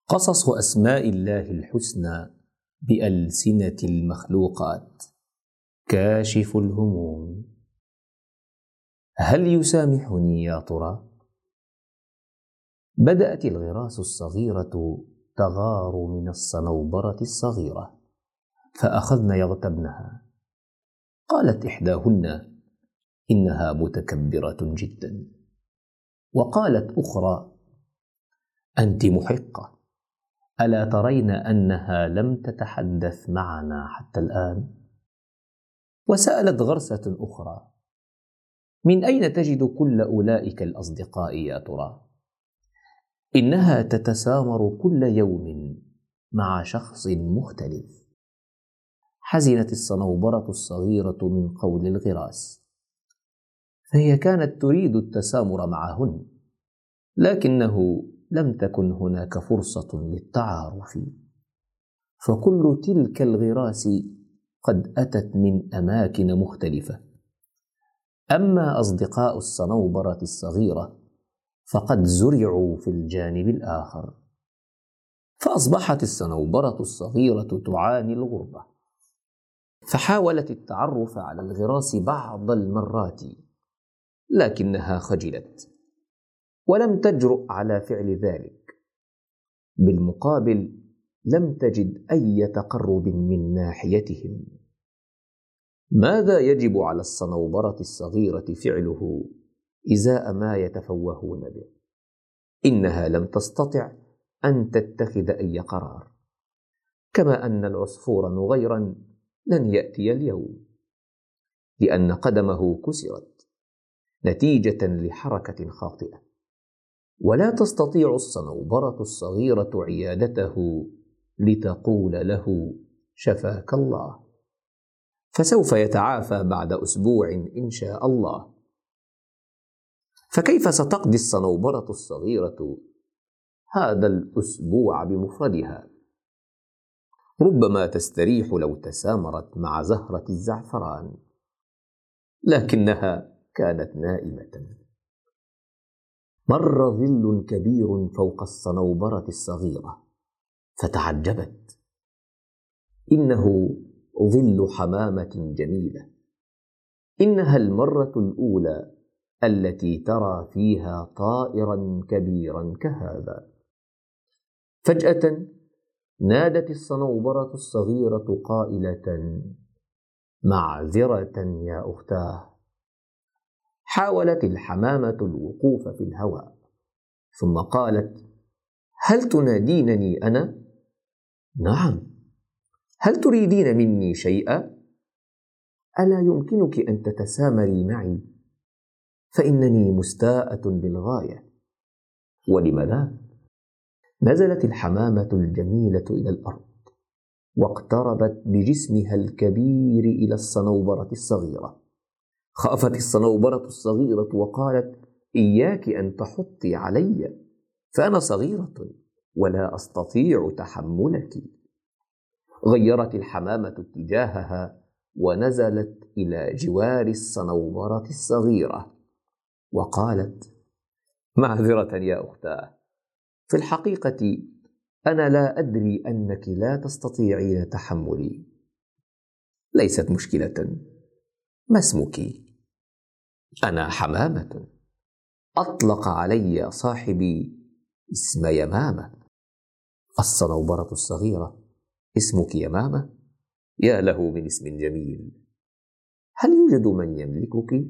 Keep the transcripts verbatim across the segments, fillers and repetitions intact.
قصص أسماء الله الحسنى بألسنة المخلوقات. كاشف الهموم. هل يسامحني يا ترى؟ بدأت الغراس الصغيرة تغار من الصنوبرة الصغيرة، فأخذن يغتبنها. قالت إحداهن: إنها متكبرة جدا. وقالت أخرى: أنت محقة، ألا ترين أنها لم تتحدث معنا حتى الآن؟ وسألت غرسة أخرى: من أين تجد كل أولئك الأصدقاء يا ترى؟ إنها تتسامر كل يوم مع شخص مختلف. حزنت الصنوبرة الصغيرة من قول الغراس، فهي كانت تريد التسامر معهن، لكنه لم تكن هناك فرصة للتعارف، فكل تلك الغراس قد أتت من أماكن مختلفة. أما أصدقاء الصنوبرة الصغيرة فقد زرعوا في الجانب الآخر، فأصبحت الصنوبرة الصغيرة تعاني الغربة، فحاولت التعرف على الغراس بعض المرات، لكنها خجلت ولم تجرؤ على فعل ذلك. بالمقابل لم تجد أي تقرب من ناحيتهم. ماذا يجب على الصنوبرة الصغيرة فعله إزاء ما يتفوهون به؟ إنها لم تستطع أن تتخذ أي قرار، كما أن العصفور نغيرا لن يأتي اليوم، لأن قدمه كسرت نتيجة لحركة خاطئة، ولا تستطيع الصنوبرة الصغيرة عيادته لتقول له شفاك الله، فسوف يتعافى بعد أسبوع إن شاء الله. فكيف ستقضي الصنوبرة الصغيرة هذا الأسبوع بمفردها؟ ربما تستريح لو تسامرت مع زهرة الزعفران، لكنها كانت نائمة. مر ظل كبير فوق الصنوبرة الصغيرة، فتعجبت. إنه ظل حمامة جميلة. إنها المرة الأولى التي ترى فيها طائرا كبيرا كهذا. فجأة نادت الصنوبرة الصغيرة قائلة: معذرة يا أختاه. حاولت الحمامة الوقوف في الهواء، ثم قالت: هل تنادينني أنا؟ نعم. هل تريدين مني شيئا؟ ألا يمكنك أن تتسامري معي؟ فإنني مستاءة للغاية. ولم لا؟ نزلت الحمامة الجميلة إلى الأرض، واقتربت بجسمها الكبير إلى الصنوبرة الصغيرة. خافت الصنوبرة الصغيرة وقالت: إياك أن تحطي علي، فأنا صغيرة ولا أستطيع تحملك. غيرت الحمامة اتجاهها ونزلت إلى جوار الصنوبرة الصغيرة، وقالت: معذرة يا أختاه، في الحقيقة أنا لا أدري أنك لا تستطيعين تحملي. ليست مشكلة. ما اسمك؟ أنا حمامة. أطلق علي صاحبي اسم يمامة. الصنوبرة الصغيرة: اسمك يمامة؟ يا له من اسم جميل. هل يوجد من يملكك؟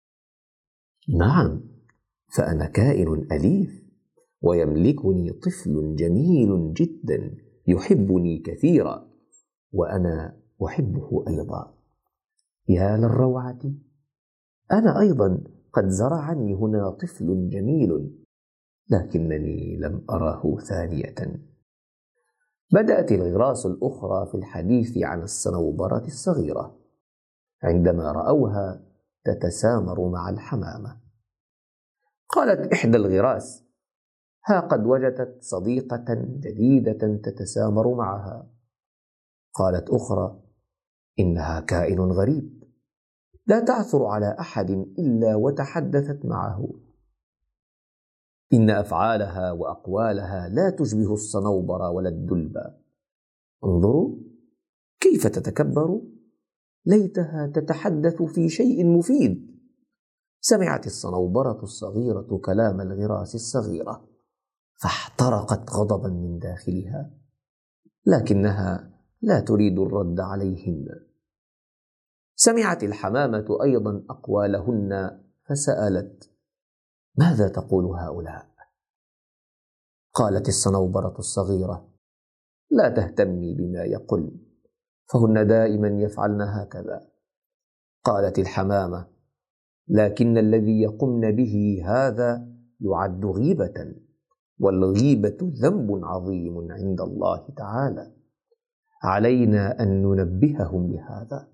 نعم، فأنا كائن أليف، ويملكني طفل جميل جدا يحبني كثيرا، وأنا أحبه أيضا. يا للروعة، أنا أيضا قد زرعني هنا طفل جميل، لكنني لم أره ثانية. بدأت الغراس الأخرى في الحديث عن الصنوبرة الصغيرة عندما رأوها تتسامر مع الحمامة. قالت إحدى الغراس: ها قد وجدت صديقة جديدة تتسامر معها. قالت أخرى: إنها كائن غريب، لا تعثر على أحد إلا وتحدثت معه. إن أفعالها وأقوالها لا تشبه الصنوبر ولا الدلب. انظروا كيف تتكبر، ليتها تتحدث في شيء مفيد. سمعت الصنوبرة الصغيرة كلام الغراس الصغيرة فاحترقت غضبا من داخلها، لكنها لا تريد الرد عليهن. سمعت الحمامة أيضا أقوالهن فسألت: ماذا تقول هؤلاء؟ قالت الصنوبرة الصغيرة: لا تهتمي بما يقول، فهن دائما يفعلن هكذا. قالت الحمامة: لكن الذي يقمن به هذا يعد غيبة، والغيبة ذنب عظيم عند الله تعالى، علينا أن ننبههم لهذا.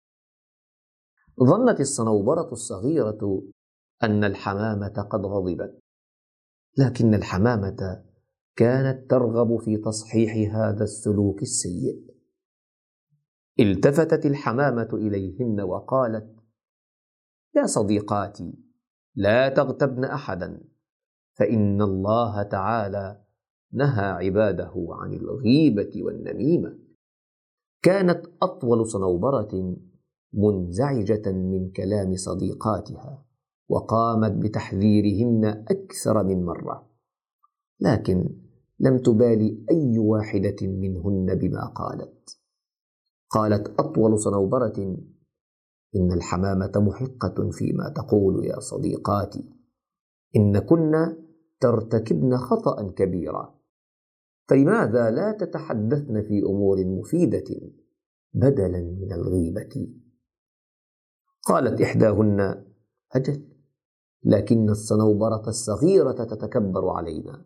ظنت الصنوبرة الصغيرة أن الحمامة قد غضبت، لكن الحمامة كانت ترغب في تصحيح هذا السلوك السيء. التفتت الحمامة إليهن وقالت: يا صديقاتي، لا تغتبن أحدا، فإن الله تعالى نهى عباده عن الغيبة والنميمة. كانت أطول صنوبرة منزعجة من كلام صديقاتها، وقامت بتحذيرهن أكثر من مرة، لكن لم تبالي أي واحدة منهن بما قالت. قالت أطول صنوبرة: إن الحمامة محقة فيما تقول يا صديقاتي، إن كن ترتكبن خطأ كبيرا، فلماذا لا تتحدثن في أمور مفيدة بدلا من الغيبة؟ قالت إحداهن: أجل، لكن الصنوبرة الصغيرة تتكبر علينا.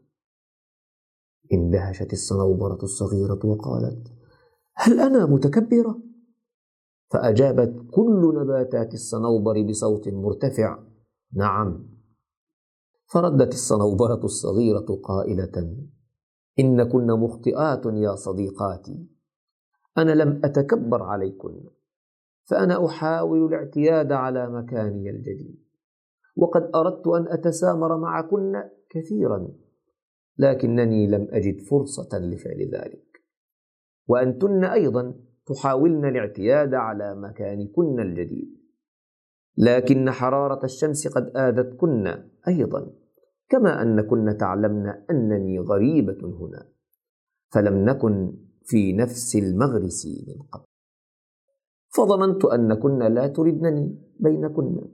اندهشت الصنوبرة الصغيرة وقالت: هل أنا متكبرة؟ فأجابت كل نباتات الصنوبر بصوت مرتفع: نعم. فردت الصنوبرة الصغيرة قائلة: إن كن مخطئات يا صديقاتي، أنا لم أتكبر عليكن، فأنا أحاول الاعتياد على مكاني الجديد، وقد أردت أن أتسامر معكن كثيرا، لكنني لم أجد فرصة لفعل ذلك، وأنتن أيضا تحاولن الاعتياد على مكانكن الجديد، لكن حرارة الشمس قد آذتكن أيضا، كما أنكن تعلمن أنني غريبة هنا، فلم نكن في نفس المغرس من قبل، فظننت أنكن لا تردنني بينكن.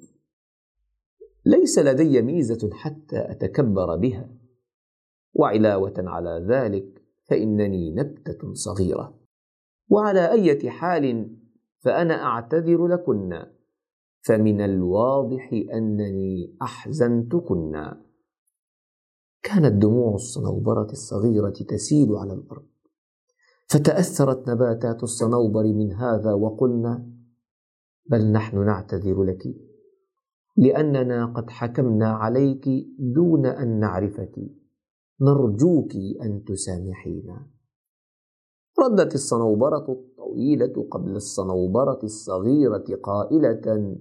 ليس لدي ميزة حتى أتكبر بها، وعلاوة على ذلك فإنني نبتة صغيرة، وعلى أي حال فأنا أعتذر لكن، فمن الواضح أنني أحزنتكن. كانت دموع الصنوبرة الصغيرة تسيل على الأرض، فتأثرت نباتات الصنوبر من هذا وقلنا: بل نحن نعتذر لك، لأننا قد حكمنا عليك دون أن نعرفك، نرجوك أن تسامحينا. ردت الصنوبرة الطويلة قبل الصنوبرة الصغيرة قائلة: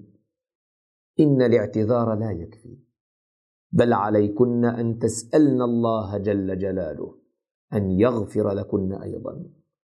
إن الاعتذار لا يكفي، بل عليكن أن تسألن الله جل جلاله أن يغفر لكن أيضا،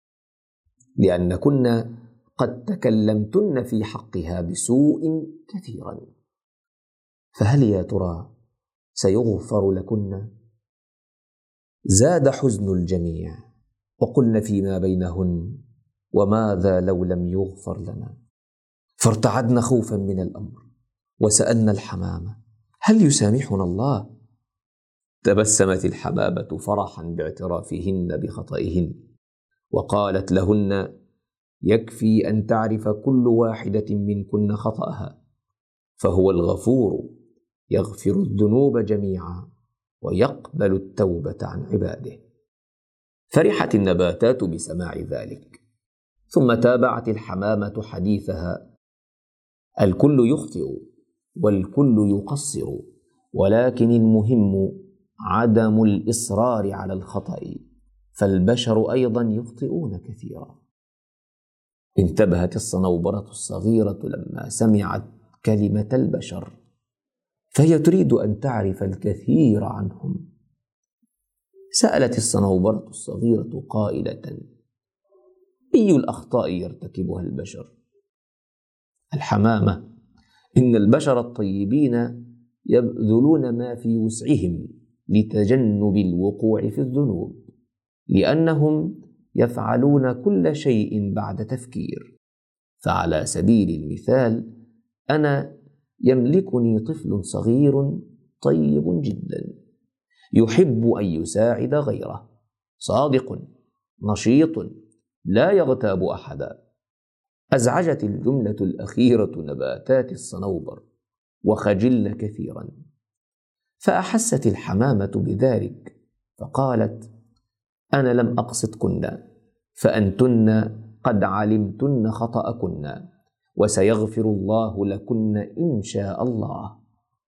لأنكن قد تكلمتن في حقها بسوء كثيرا، فهل يا ترى سيغفر لكن؟ زاد حزن الجميع، وقلن فيما بينهن: وماذا لو لم يغفر لنا؟ فارتعدن خوفا من الأمر، وسألن الحمامة: هل يسامحنا الله؟ تبسمت الحمامة فرحا باعترافهن بخطئهن، وقالت لهن: يكفي أن تعرف كل واحدة منكن خطأها، فهو الغفور يغفر الذنوب جميعا ويقبل التوبة عن عباده. فرحت النباتات بسماع ذلك، ثم تابعت الحمامة حديثها: الكل يخطئ والكل يقصر، ولكن المهم عدم الإصرار على الخطأ، فالبشر أيضا يخطئون كثيرا. انتبهت الصنوبرة الصغيرة لما سمعت كلمة البشر، فهي تريد أن تعرف الكثير عنهم. سألت الصنوبرة الصغيرة قائلة: أي الأخطاء يرتكبها البشر؟ الحمامة: إن البشر الطيبين يبذلون ما في وسعهم لتجنب الوقوع في الذنوب، لأنهم يفعلون كل شيء بعد تفكير. فعلى سبيل المثال، أنا يملكني طفل صغير طيب جدا، يحب أن يساعد غيره، صادق، نشيط، لا يغتاب أحدا. أزعجت الجملة الأخيرة نباتات الصنوبر وخجلن كثيرا، فأحست الحمامة بذلك فقالت: أنا لم أقصدكن، فأنتن قد علمتن خطأكن، وسيغفر الله لكن إن شاء الله.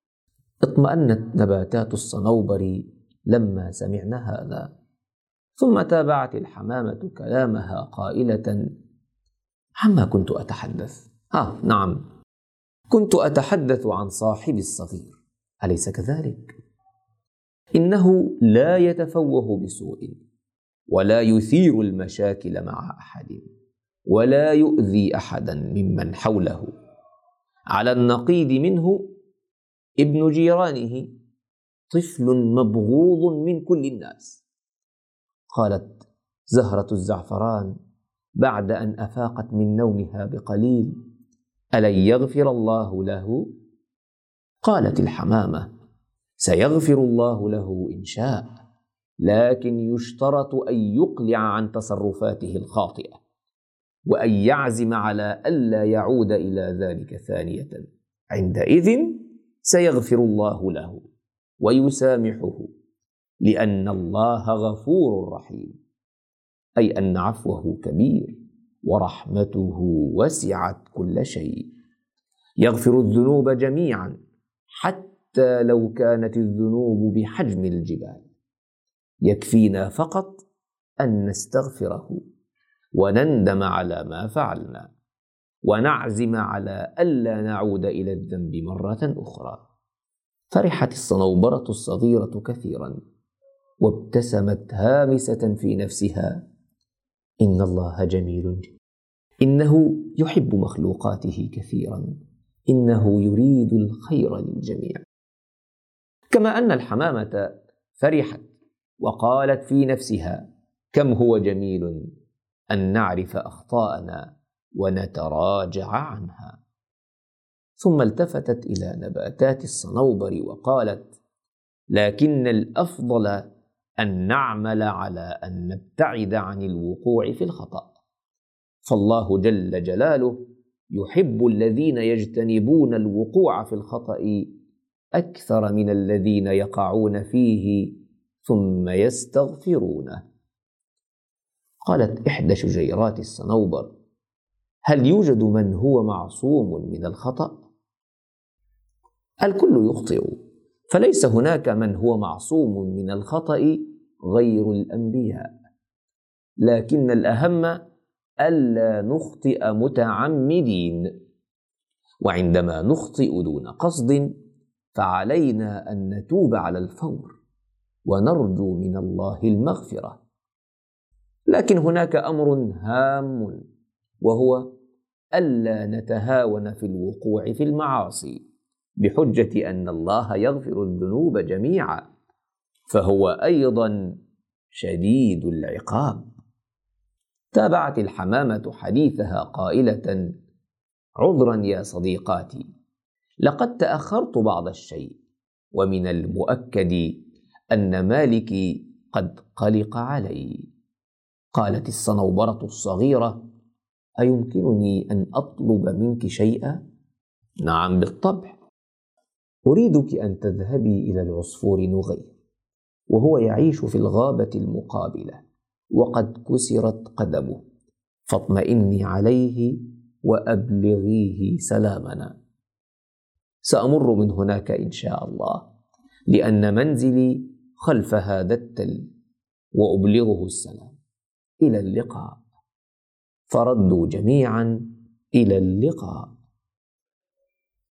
اطمأنت نباتات الصنوبر لما سمعن هذا، ثم تابعت الحمامة كلامها قائلة: عما كنت أتحدث؟ آه نعم، كنت أتحدث عن صاحبي الصغير، أليس كذلك؟ إنه لا يتفوه بسوء، ولا يثير المشاكل مع أحد، ولا يؤذي أحدا ممن حوله. على النقيض منه ابن جيرانه، طفل مبغوض من كل الناس. قالت زهرة الزعفران بعد أن أفاقت من نومها بقليل: ألن يغفر الله له؟ قالت الحمامة: سيغفر الله له إن شاء، لكن يشترط أن يقلع عن تصرفاته الخاطئة، وأن يعزم على ألا يعود إلى ذلك ثانية. عندئذ سيغفر الله له ويسامحه، لأن الله غفور رحيم، أي أن عفوه كبير ورحمته وسعت كل شيء، يغفر الذنوب جميعا حتى لو كانت الذنوب بحجم الجبال. يكفينا فقط أن نستغفره ونندم على ما فعلنا، ونعزم على ألا نعود إلى الذنب مرة أخرى. فرحت الصنوبرة الصغيرة كثيرا، وابتسمت هامسة في نفسها: إن الله جميل، إنه يحب مخلوقاته كثيرا، إنه يريد الخير للجميع. كما أن الحمامة فرحت وقالت في نفسها: كم هو جميل أن نعرف أخطاءنا ونتراجع عنها. ثم التفتت إلى نباتات الصنوبر وقالت: لكن الأفضل أن نعمل على أن نبتعد عن الوقوع في الخطأ، فالله جل جلاله يحب الذين يجتنبون الوقوع في الخطأ أكثر من الذين يقعون فيه ثم يستغفرونه. قالت إحدى شجيرات الصنوبر: هل يوجد من هو معصوم من الخطأ؟ الكل يخطئ، فليس هناك من هو معصوم من الخطأ غير الأنبياء، لكن الأهم ألا نخطئ متعمدين، وعندما نخطئ دون قصد فعلينا أن نتوب على الفور ونرجو من الله المغفرة. لكن هناك أمر هام، وهو ألا نتهاون في الوقوع في المعاصي بحجة أن الله يغفر الذنوب جميعا، فهو أيضا شديد العقاب. تابعت الحمامة حديثها قائلة: عذرا يا صديقاتي، لقد تأخرت بعض الشيء، ومن المؤكد أن مالكي قد قلق علي. قالت الصنوبرة الصغيرة: أيمكنني أن أطلب منك شيئا؟ نعم بالطبع، أريدك أن تذهبي إلى العصفور نغير، وهو يعيش في الغابة المقابلة وقد كسرت قدمه، فاطمئني عليه وأبلغيه سلامنا. سأمر من هناك إن شاء الله، لأن منزلي خلف هذا التل، وأبلغه السلام. إلى اللقاء. فردوا جميعا: إلى اللقاء.